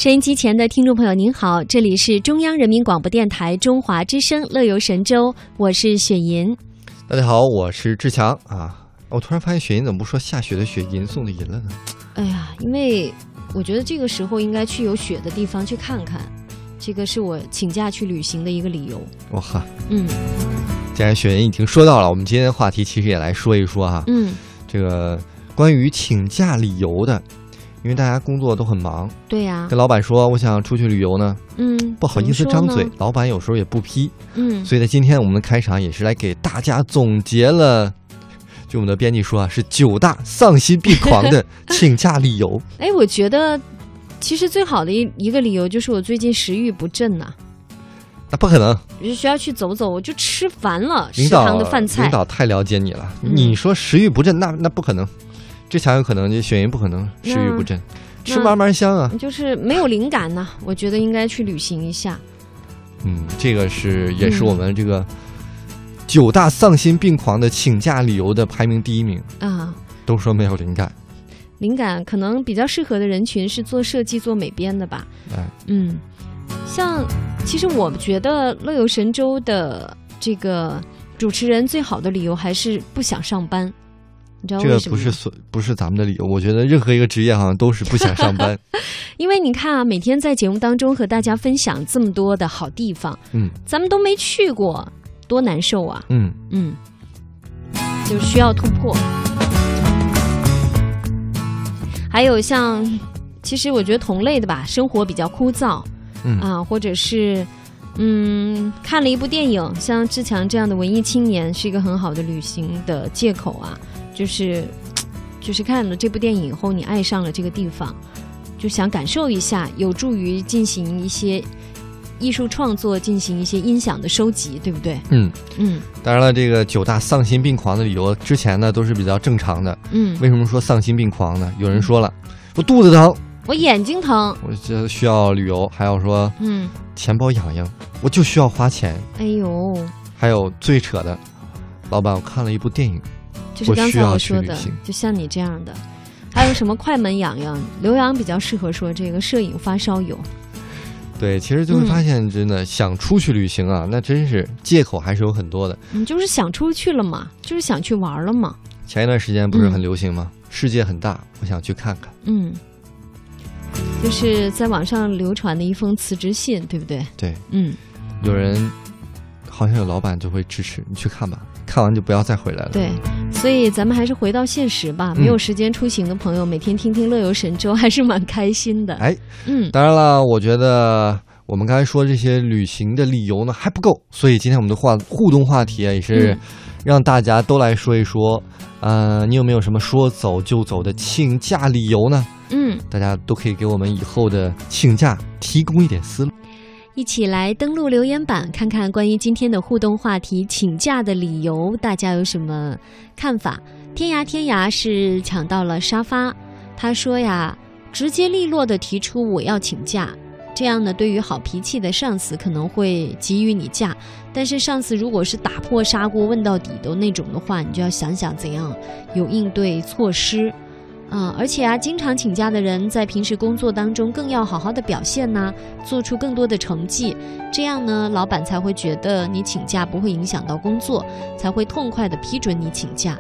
收音机前的听众朋友您好，这里是中央人民广播电台中华之声乐游神州，我是雪银。 大家好，我是志强啊。我突然发现雪银怎么不说下雪的雪，银送的银了呢？ 哎呀，因为我觉得这个时候应该去有雪的地方去看看，这个是我请假去旅行的一个理由。 哇哈，既然雪银已经说到了，我们今天的话题其实也来说一说哈。这个关于请假理由的。因为大家工作都很忙， 对呀， 跟老板说我想出去旅游呢，不好意思张嘴，老板有时候也不批，所以在今天我们的开场也是来给大家总结了，就我们的编辑说啊，是9大丧心病狂的请假理由。 哎，我觉得其实最好的一个理由就是我最近食欲不振呐。 那不可能， 我就需要去走走，我就吃烦了食堂的饭菜。 领导太了解你了，你说食欲不振，那不可能。志强有可能，就雪银不可能食欲不振，吃慢慢香啊。就是没有灵感呢，我觉得应该去旅行一下。 这个也是我们这个9大丧心病狂的请假理由的排名第1名啊。都说没有灵感， 灵感可能比较适合的人群是做设计、做美编的吧。像其实我觉得乐游神州的这个主持人最好的理由还是不想上班。你知道为什么？ 这个不是咱们的理由，我觉得任何一个职业好像都是不想上班。 因为你看啊，每天在节目当中和大家分享这么多的好地方，咱们都没去过，多难受啊！就需要突破。还有像，其实我觉得同类的吧，生活比较枯燥，或者是看了一部电影，像志强这样的文艺青年是一个很好的旅行的借口啊。就是看了这部电影以后，你爱上了这个地方，就想感受一下，有助于进行一些艺术创作，进行一些音响的收集，对不对？ 当然了，这个9大丧心病狂的理由之前呢都是比较正常的。为什么说丧心病狂呢？有人说了，我肚子疼， 我眼睛疼， 我就需要旅游；还有说，钱包痒痒，我就需要花钱。 哎呦， 还有最扯的，老板，我看了一部电影。 就是刚才我说的，就像你这样的，还有什么快门痒痒？刘洋比较适合说这个摄影发烧友。 对，其实就会发现，真的想出去旅行啊，那真是借口还是有很多的。 你就是想出去了嘛，就是想去玩了嘛。 前一段时间不是很流行吗？世界很大，我想去看看。 就是在网上流传的一封辞职信，对不对？ 对，有人好像有老板就会支持你去看吧。看完就不要再回来了。 对，所以咱们还是回到现实吧。没有时间出行的朋友，每天听听乐游神州还是蛮开心的。 当然了，我觉得我们刚才说这些旅行的理由呢还不够，所以今天我们的互动话题也是让大家都来说一说。你有没有什么说走就走的请假理由呢？大家都可以给我们以后的请假提供一点思路。 一起来登录留言板，看看关于今天的互动话题请假的理由，大家有什么看法？天涯是抢到了沙发，他说呀，直接利落地提出我要请假，这样呢，对于好脾气的上司可能会给予你假，但是上司如果是打破砂锅问到底的那种的话，你就要想想怎样有应对措施。而且啊，经常请假的人在平时工作当中更要好好的表现呐，做出更多的成绩，这样呢，老板才会觉得你请假不会影响到工作，才会痛快的批准你请假。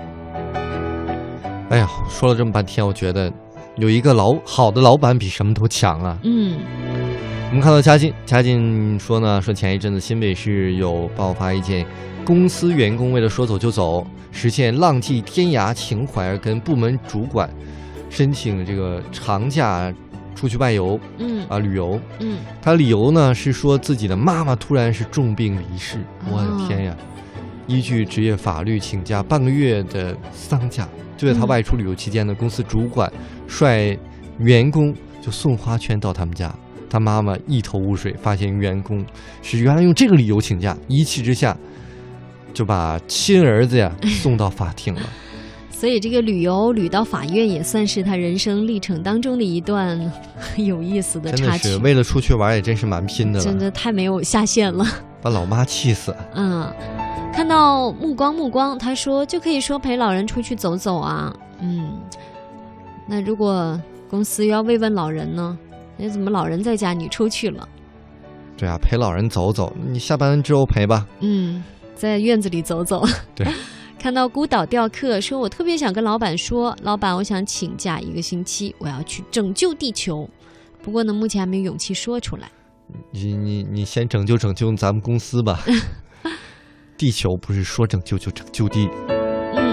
哎呀，说了这么半天，我觉得有一个好的老板比什么都强啊。我们看到嘉靖说呢，说前一阵子新北市有爆发一件公司员工为了说走就走，实现浪迹天涯情怀而跟部门主管申请这个长假出去外游，旅游。他理由呢是说自己的妈妈突然是重病离世。我的天呀！依据职业法律，请假半个月的丧假。就在他外出旅游期间呢，公司主管率员工就送花圈到他们家。他妈妈一头雾水，发现员工是原来用这个理由请假，一气之下就把亲儿子呀送到法庭了。 所以这个旅游捋到法院也算是他人生历程当中的一段有意思的插曲。 真的是为了出去玩也真是蛮拼的了， 真的太没有下限了， 把老妈气死。 看到目光他说就可以说陪老人出去走走啊。那如果公司要慰问老人呢， 哎，怎么老人在家，你出去了？ 对啊，陪老人走走，你下班之后陪吧。 在院子里走走。 对。 看到孤岛钓客说，我特别想跟老板说，老板，我想请假1个星期，我要去拯救地球。不过呢，目前还没有勇气说出来。 你先拯救咱们公司吧。地球不是说拯救就拯救的。